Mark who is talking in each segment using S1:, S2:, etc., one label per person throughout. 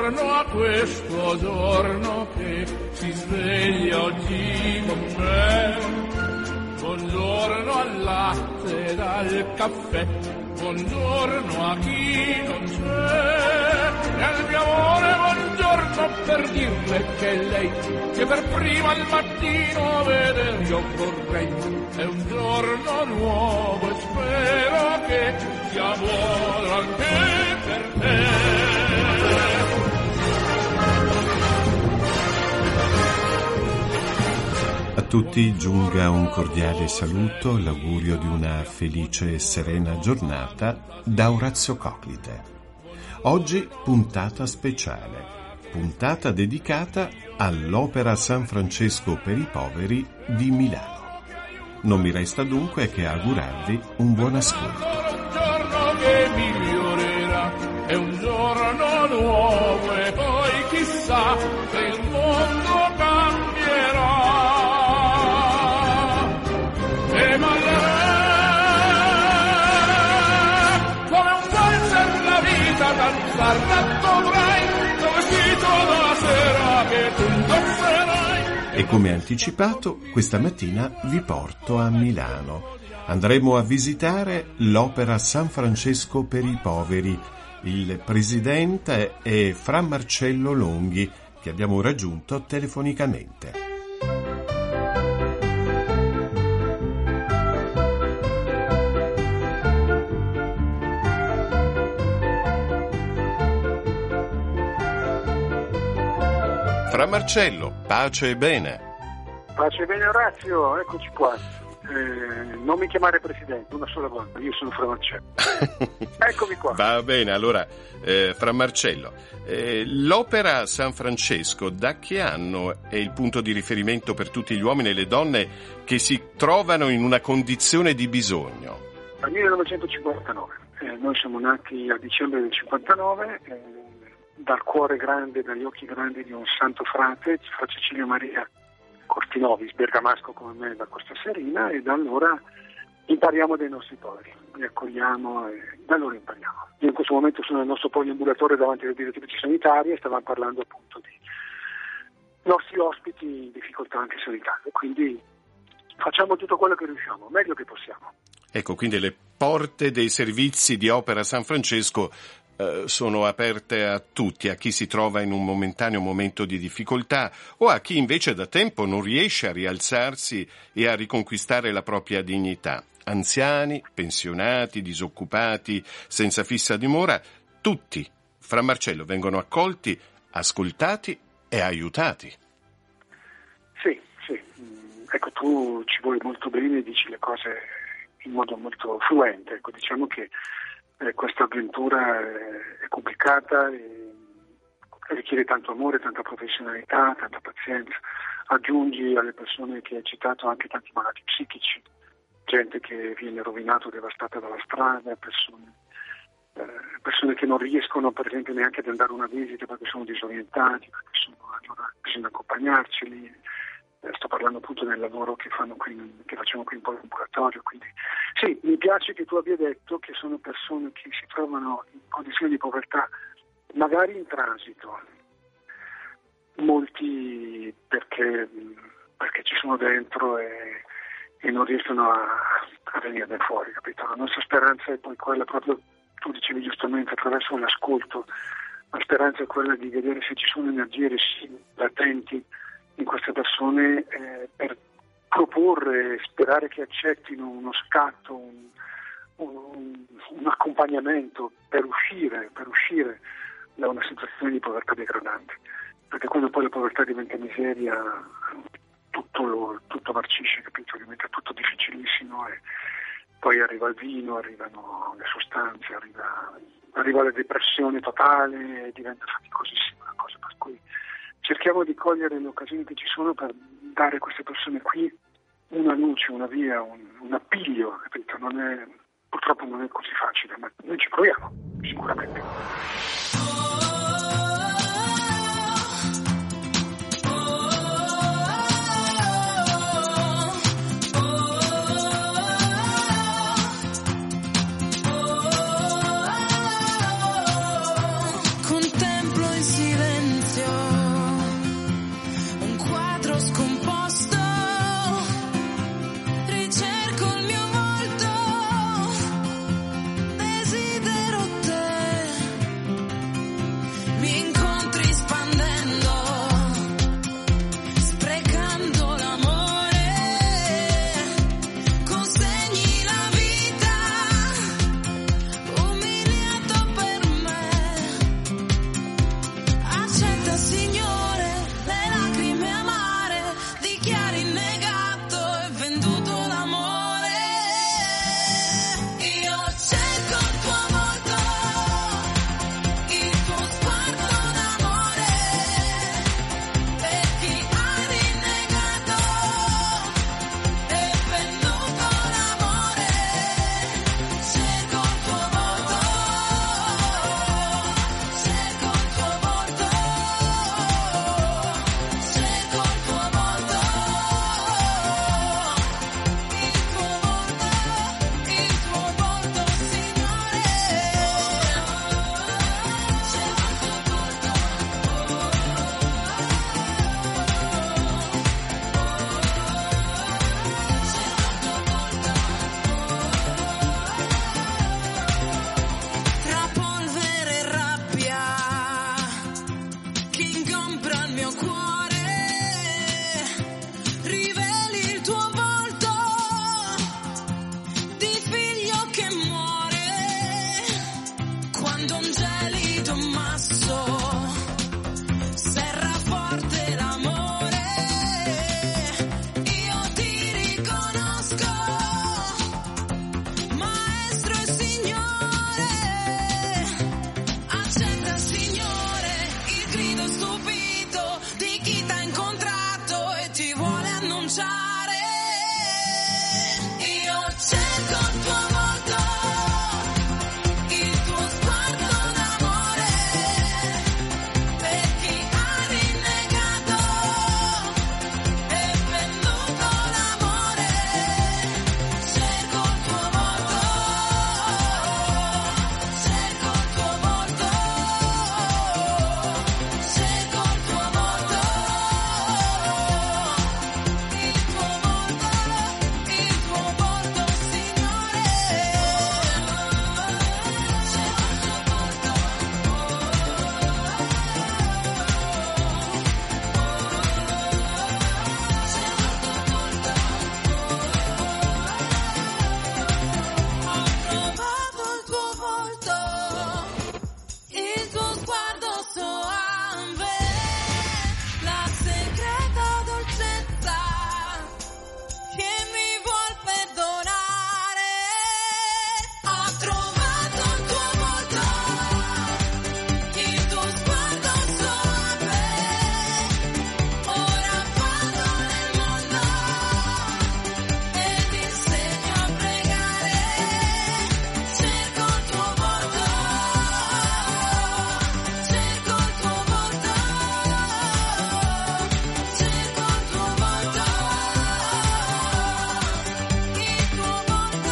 S1: buongiorno a questo giorno che si sveglia oggi con me. Buongiorno al latte ed al caffè, buongiorno a chi non c'è. E al mio amore buongiorno per dirle che è lei che per prima al mattino vedere io vorrei. È un giorno nuovo e spero che sia buono anche per te.
S2: A tutti giunga un cordiale saluto, l'augurio di una felice e serena giornata da Orazio Coclite. Oggi puntata speciale, puntata dedicata all'Opera San Francesco per i poveri di Milano. Non mi resta dunque che augurarvi un buon ascolto.
S1: Un giorno che migliorerà, è un giorno nuovo e poi chissà se il mondo cambierà. E ballerà come un valzer la vita, danzar dovrai, vestito da sera che tu indosserai.
S2: E come anticipato, questa mattina vi porto a Milano. Andremo a visitare l'Opera San Francesco per i poveri. Il presidente è Fra Marcello Longhi, che abbiamo raggiunto telefonicamente. Fra Marcello, pace e bene.
S3: Pace e bene Orazio, eccoci qua. Non mi chiamare presidente, una sola volta, io sono Fra Marcello. Eccomi qua.
S2: Va bene, allora, Fra Marcello, l'Opera San Francesco da che anno è il punto di riferimento per tutti gli uomini e le donne che si trovano in una condizione di bisogno?
S3: Dal 1959, noi siamo nati a dicembre del 59, dal cuore grande, dagli occhi grandi di un santo frate, Fra Cecilio Maria Cortinovis, bergamasco come me da Costa Serina, e da allora impariamo dai nostri poveri, li accogliamo e da allora impariamo. Io in questo momento sono nel nostro poliambulatore davanti alle direttrici sanitarie e stavamo parlando appunto di nostri ospiti in difficoltà anche sanitarie, quindi facciamo tutto quello che riusciamo, meglio che possiamo.
S2: Ecco, quindi le porte dei servizi di Opera San Francesco sono aperte a tutti, a chi si trova in un momentaneo momento di difficoltà o a chi invece da tempo non riesce a rialzarsi e a riconquistare la propria dignità. Anziani, pensionati, disoccupati, senza fissa dimora, tutti, Fra Marcello, vengono accolti, ascoltati e aiutati.
S3: Sì. Ecco, tu ci vuoi molto bene e dici le cose in modo molto fluente. Ecco, diciamo che questa avventura è complicata e richiede tanto amore, tanta professionalità, tanta pazienza. Aggiungi alle persone che hai citato anche tanti malati psichici, gente che viene rovinato, devastata dalla strada, persone che non riescono per esempio neanche ad andare a una visita perché sono disorientati, allora bisogna accompagnarceli. Sto parlando appunto del lavoro che facciamo qui in poliambulatorio, quindi sì, mi piace che tu abbia detto che sono persone che si trovano in condizioni di povertà, magari in transito, molti perché ci sono dentro e non riescono a venirne fuori, capito? La nostra speranza è poi quella, proprio tu dicevi giustamente, attraverso l'ascolto, la speranza è quella di vedere se ci sono energie latenti in queste persone per proporre, sperare che accettino uno scatto, un accompagnamento per uscire da una situazione di povertà degradante, perché quando poi la povertà diventa miseria tutto marcisce, capito? Diventa tutto difficilissimo e poi arriva il vino, arrivano le sostanze, arriva la depressione totale e diventa faticosissima la cosa, per cui cerchiamo di cogliere le occasioni che ci sono per dare a queste persone qui una luce, una via, un appiglio, capito? Purtroppo non è così facile, ma noi ci proviamo, sicuramente.
S4: Contemplo in silenzio annunciare. Io cerco il tuo volto, il tuo sguardo d'amore, per chi ha rinnegato e venduto l'amore. Cerco il tuo volto, cerco il tuo volto, cerco il tuo volto, il tuo volto, Signore. Ho trovato il tuo volto, il tuo sguardo soave, la segreta dolcezza che mi vuol perdonare. Ho trovato il tuo volto, il tuo sguardo soave, ora vado nel mondo ed insegno a pregare. Cerco il tuo volto, cerco il tuo volto, cerco il tuo volto, il tuo volto,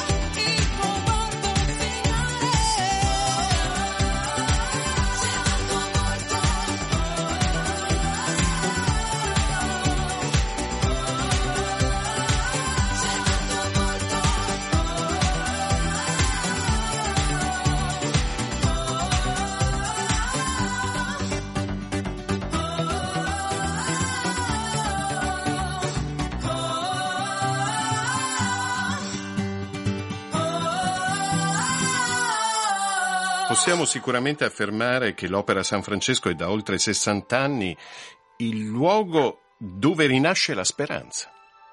S2: Possiamo sicuramente affermare che l'Opera San Francesco è da oltre 60 anni il luogo dove rinasce la speranza.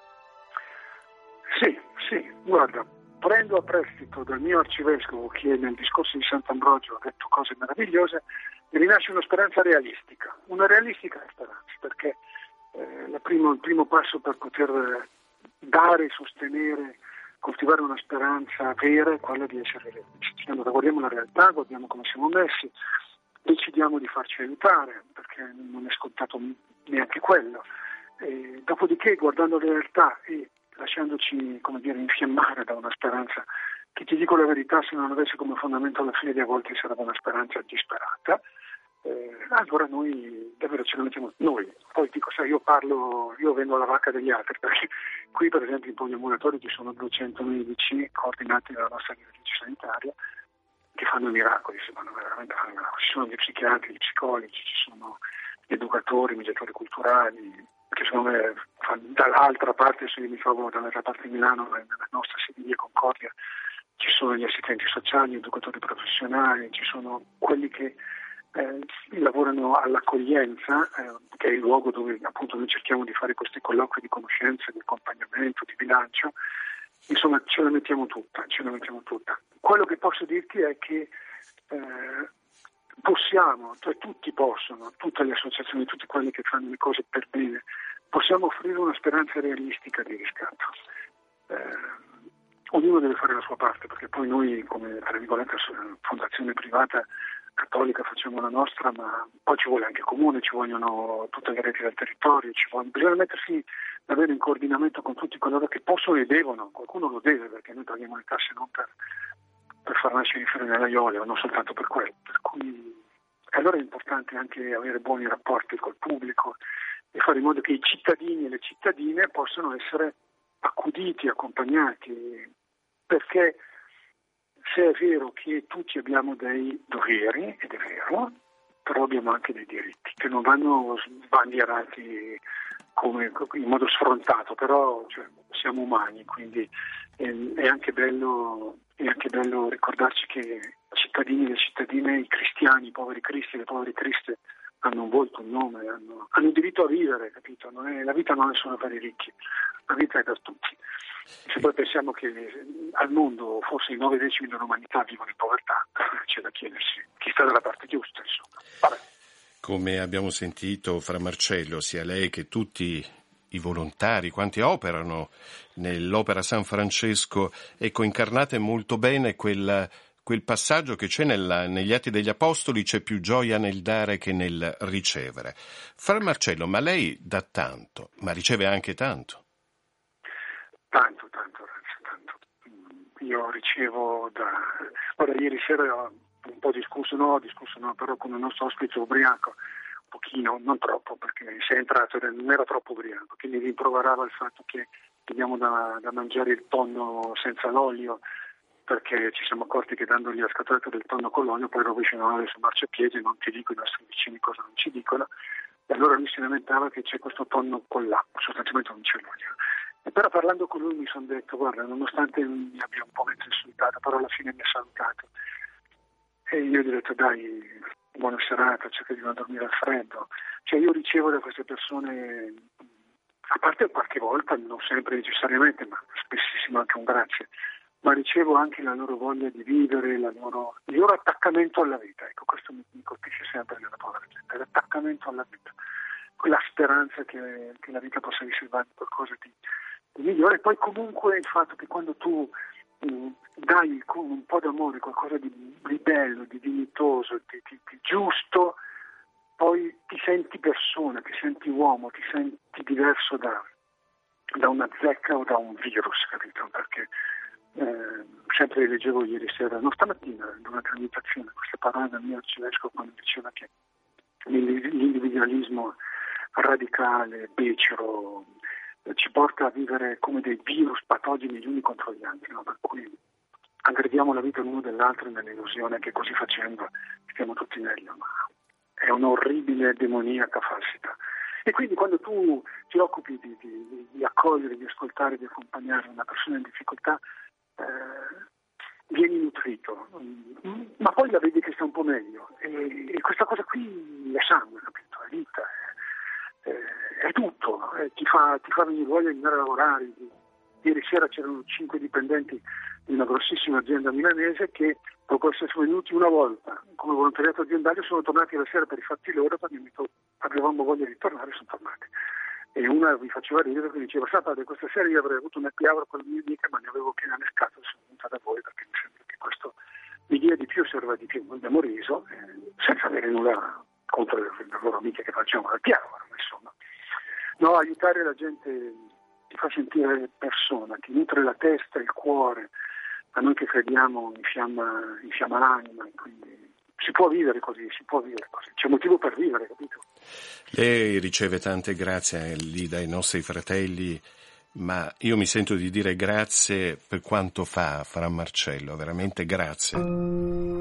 S3: Sì, guarda, prendo a prestito dal mio arcivescovo che nel discorso di Sant'Ambrogio ha detto cose meravigliose, rinasce una speranza realistica, una realistica speranza, perché il primo passo per poter dare, sostenere, coltivare una speranza vera è quella di essere realisti. Allora guardiamo la realtà, guardiamo come siamo messi, decidiamo di farci aiutare, perché non è scontato neanche quello. E dopodiché, guardando la realtà e lasciandoci, come dire, infiammare da una speranza che, ti dico la verità, se non avesse come fondamento la fede a volte sarebbe una speranza disperata, allora noi davvero ce la mettiamo noi. Poi dico, sai, io vengo alla vacca degli altri, perché qui per esempio in poliambulatorio ci sono 200 medici coordinati dalla nostra direttrice sanitaria che fanno miracoli, veramente ci sono gli psichiatri, gli psicologi, ci sono gli educatori, i mediatori culturali, che secondo me dall'altra parte, se io mi trovo dall'altra parte di Milano, nella nostra sede di Concordia, ci sono gli assistenti sociali, gli educatori professionali, ci sono quelli che lavorano all'accoglienza, che è il luogo dove appunto noi cerchiamo di fare questi colloqui di conoscenza, di accompagnamento, di bilancio. Insomma, ce la mettiamo tutta. Quello che posso dirti è che possiamo, cioè tutti possono, tutte le associazioni, tutti quelli che fanno le cose per bene, possiamo offrire una speranza realistica di riscatto. Ognuno deve fare la sua parte, perché poi noi come, tra virgolette, fondazione privata cattolica facciamo la nostra, ma poi ci vuole anche il comune, ci vogliono tutte le reti del territorio, bisogna mettersi davvero in coordinamento con tutti coloro che possono e devono, qualcuno lo deve, perché noi paghiamo le tasse non per far nascere i fiori nell'aiuolo, non soltanto per quello, per cui allora è importante anche avere buoni rapporti col pubblico e fare in modo che i cittadini e le cittadine possano essere accuditi, accompagnati, perché se è vero che tutti abbiamo dei doveri, ed è vero, però abbiamo anche dei diritti che non vanno sbandierati in modo sfrontato, però siamo umani, quindi è anche bello ricordarci che i cittadini e le cittadine, i cristiani, i poveri cristi e le povere criste hanno un volto, un nome, hanno diritto a vivere, capito? La vita non è solo per i ricchi, la vita è per tutti. Se poi pensiamo che al mondo forse i 9/10 dell'umanità vivono in povertà, c'è da chiedersi chi sta dalla parte giusta, insomma. Vabbè.
S2: Come abbiamo sentito fra Marcello, sia lei che tutti i volontari, quanti operano nell'Opera San Francesco, ecco, incarnate molto bene quel passaggio che c'è negli Atti degli Apostoli: c'è più gioia nel dare che nel ricevere. Fra Marcello, ma lei dà tanto, ma riceve anche tanto?
S3: Tanto. Io ricevo Ora, ieri sera ho un po' discusso no, però con il nostro ospite ubriaco, un pochino, non troppo, perché si è entrato e non era troppo ubriaco, che mi rimproverava il fatto che teniamo da mangiare il tonno senza l'olio, perché ci siamo accorti che dandogli la scatoletta del tonno con l'olio poi rovesciano su marciapiede, non ti dico i nostri vicini cosa non ci dicono, e allora lui si lamentava che c'è questo tonno con l'acqua, sostanzialmente non c'è l'olio. E però parlando con lui mi sono detto: guarda, nonostante mi abbia un po' mezzo insultato, però alla fine mi ha salutato. E io gli ho detto: dai, buona serata, cerca di non dormire al freddo. Cioè, io ricevo da queste persone, a parte qualche volta, non sempre necessariamente, ma spessissimo anche un grazie, ma ricevo anche la loro voglia di vivere, il loro attaccamento alla vita. Ecco, questo mi colpisce sempre nella povera gente, l'attaccamento alla vita, quella speranza che la vita possa riservare qualcosa di migliore. E poi comunque il fatto che quando tu dai con un po' d'amore qualcosa di bello, di dignitoso, di giusto, poi ti senti persona, ti senti uomo, ti senti diverso da una zecca o da un virus, capito? Perché sempre leggevo ieri sera, no, stamattina, durante la meditazione, queste parole del mio arcivescovo, quando diceva che l'individualismo radicale, becero, ci porta a vivere come dei virus patogeni gli uni contro gli altri, no? Per cui aggrediamo la vita l'uno dell'altro nell'illusione che così facendo stiamo tutti meglio, ma è un'orribile demoniaca falsità. E quindi quando tu ti occupi di accogliere, di ascoltare, di accompagnare una persona in difficoltà, vieni nutrito, ma poi la vedi che sta un po' meglio, e questa cosa qui è sangue, capito? È vita, è tutto, ti fa venire voglia di andare a lavorare. Ieri sera c'erano 5 dipendenti di una grossissima azienda milanese che, dopo essere venuti una volta come volontariato aziendale, sono tornati la sera per i fatti loro, perché avevamo voglia di tornare, sono tornati. E una mi faceva ridere perché diceva: sapete, questa sera io avrei avuto un happy hour con le mie amiche, ma ne avevo piena le scatole, sono venuta da voi perché mi sembra che questo mi dia di più, serva di più. Abbiamo riso, senza avere nulla contro le loro amiche che facciamo happy hour, ma insomma. No, aiutare la gente ti fa sentire persona, ti nutre la testa, il cuore, a noi che crediamo infiamma l'anima, quindi si può vivere così, c'è motivo per vivere, capito?
S2: Lei riceve tante grazie lì dai nostri fratelli, ma io mi sento di dire grazie per quanto fa Fra Marcello, veramente grazie.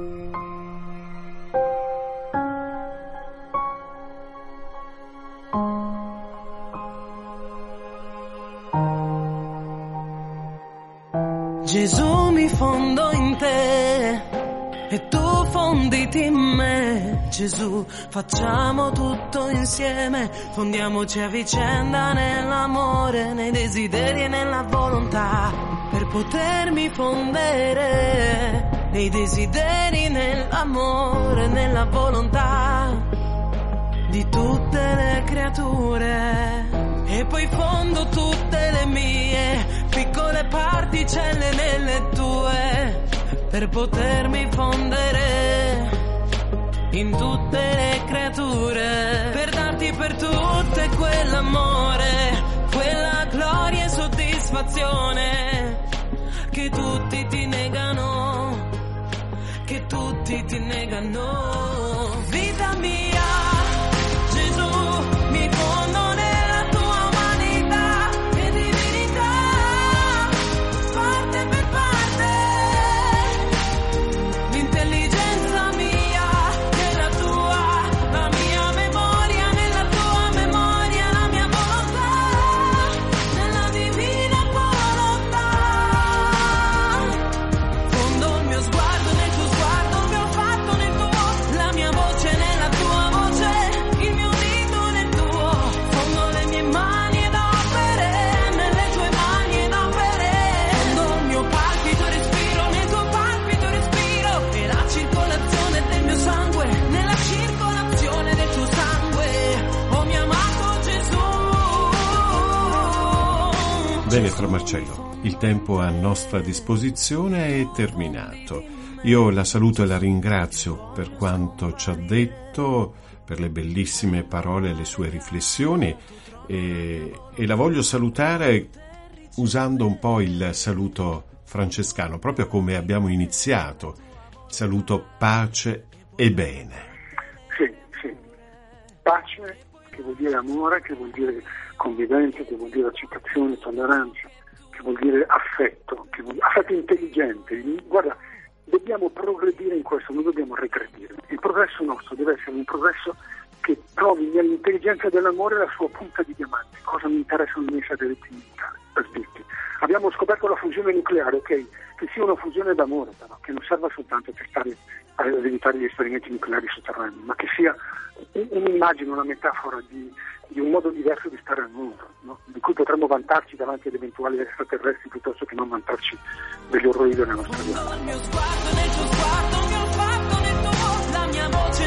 S5: Gesù, mi fondo in te e tu fonditi in me. Gesù, facciamo tutto insieme, fondiamoci a vicenda nell'amore, nei desideri e nella volontà, per potermi fondere nei desideri, nell'amore, nella volontà di tutte le creature. E poi fondo tutte le mie piccole particelle nelle tue, per potermi fondere in tutte le creature, per darti per tutte quell'amore, quella gloria e soddisfazione che tutti ti negano, che tutti ti negano. Vita mia, Gesù, mi fondo nella tua umanità e divinità, parte per parte, l'intelligenza mia nella tua, la mia memoria nella tua memoria, la mia volontà nella divina volontà. Fondo il mio sguardo nel tuo sguardo, il mio fatto nel tuo, la mia voce nella tua
S2: Bene, Fra Marcello, il tempo a nostra disposizione è terminato. Io la saluto e la ringrazio per quanto ci ha detto, per le bellissime parole e le sue riflessioni, e la voglio salutare usando un po' il saluto francescano, proprio come abbiamo iniziato, saluto pace e bene.
S3: Sì, pace, che vuol dire amore, che vuol dire convivenza, che vuol dire accettazione, tolleranza, che vuol dire affetto, affetto intelligente. Guarda, dobbiamo progredire in questo, non dobbiamo regredire. Il progresso nostro deve essere un progresso che trovi nell'intelligenza dell'amore la sua punta di diamante. Cosa mi interessano i miei satelliti militari, per dirti. Abbiamo scoperto la fusione nucleare, ok, che sia una fusione d'amore, però, che non serva soltanto per stare ad evitare gli esperimenti nucleari sotterranei, ma che sia un'immagine, una metafora di un modo diverso di stare al mondo, no? Di cui potremmo vantarci davanti ad eventuali extraterrestri piuttosto che non vantarci degli orrori della nostra vita.
S5: Il mio sguardo nel tuo sguardo, il mio fatto nel tuo, la mia voce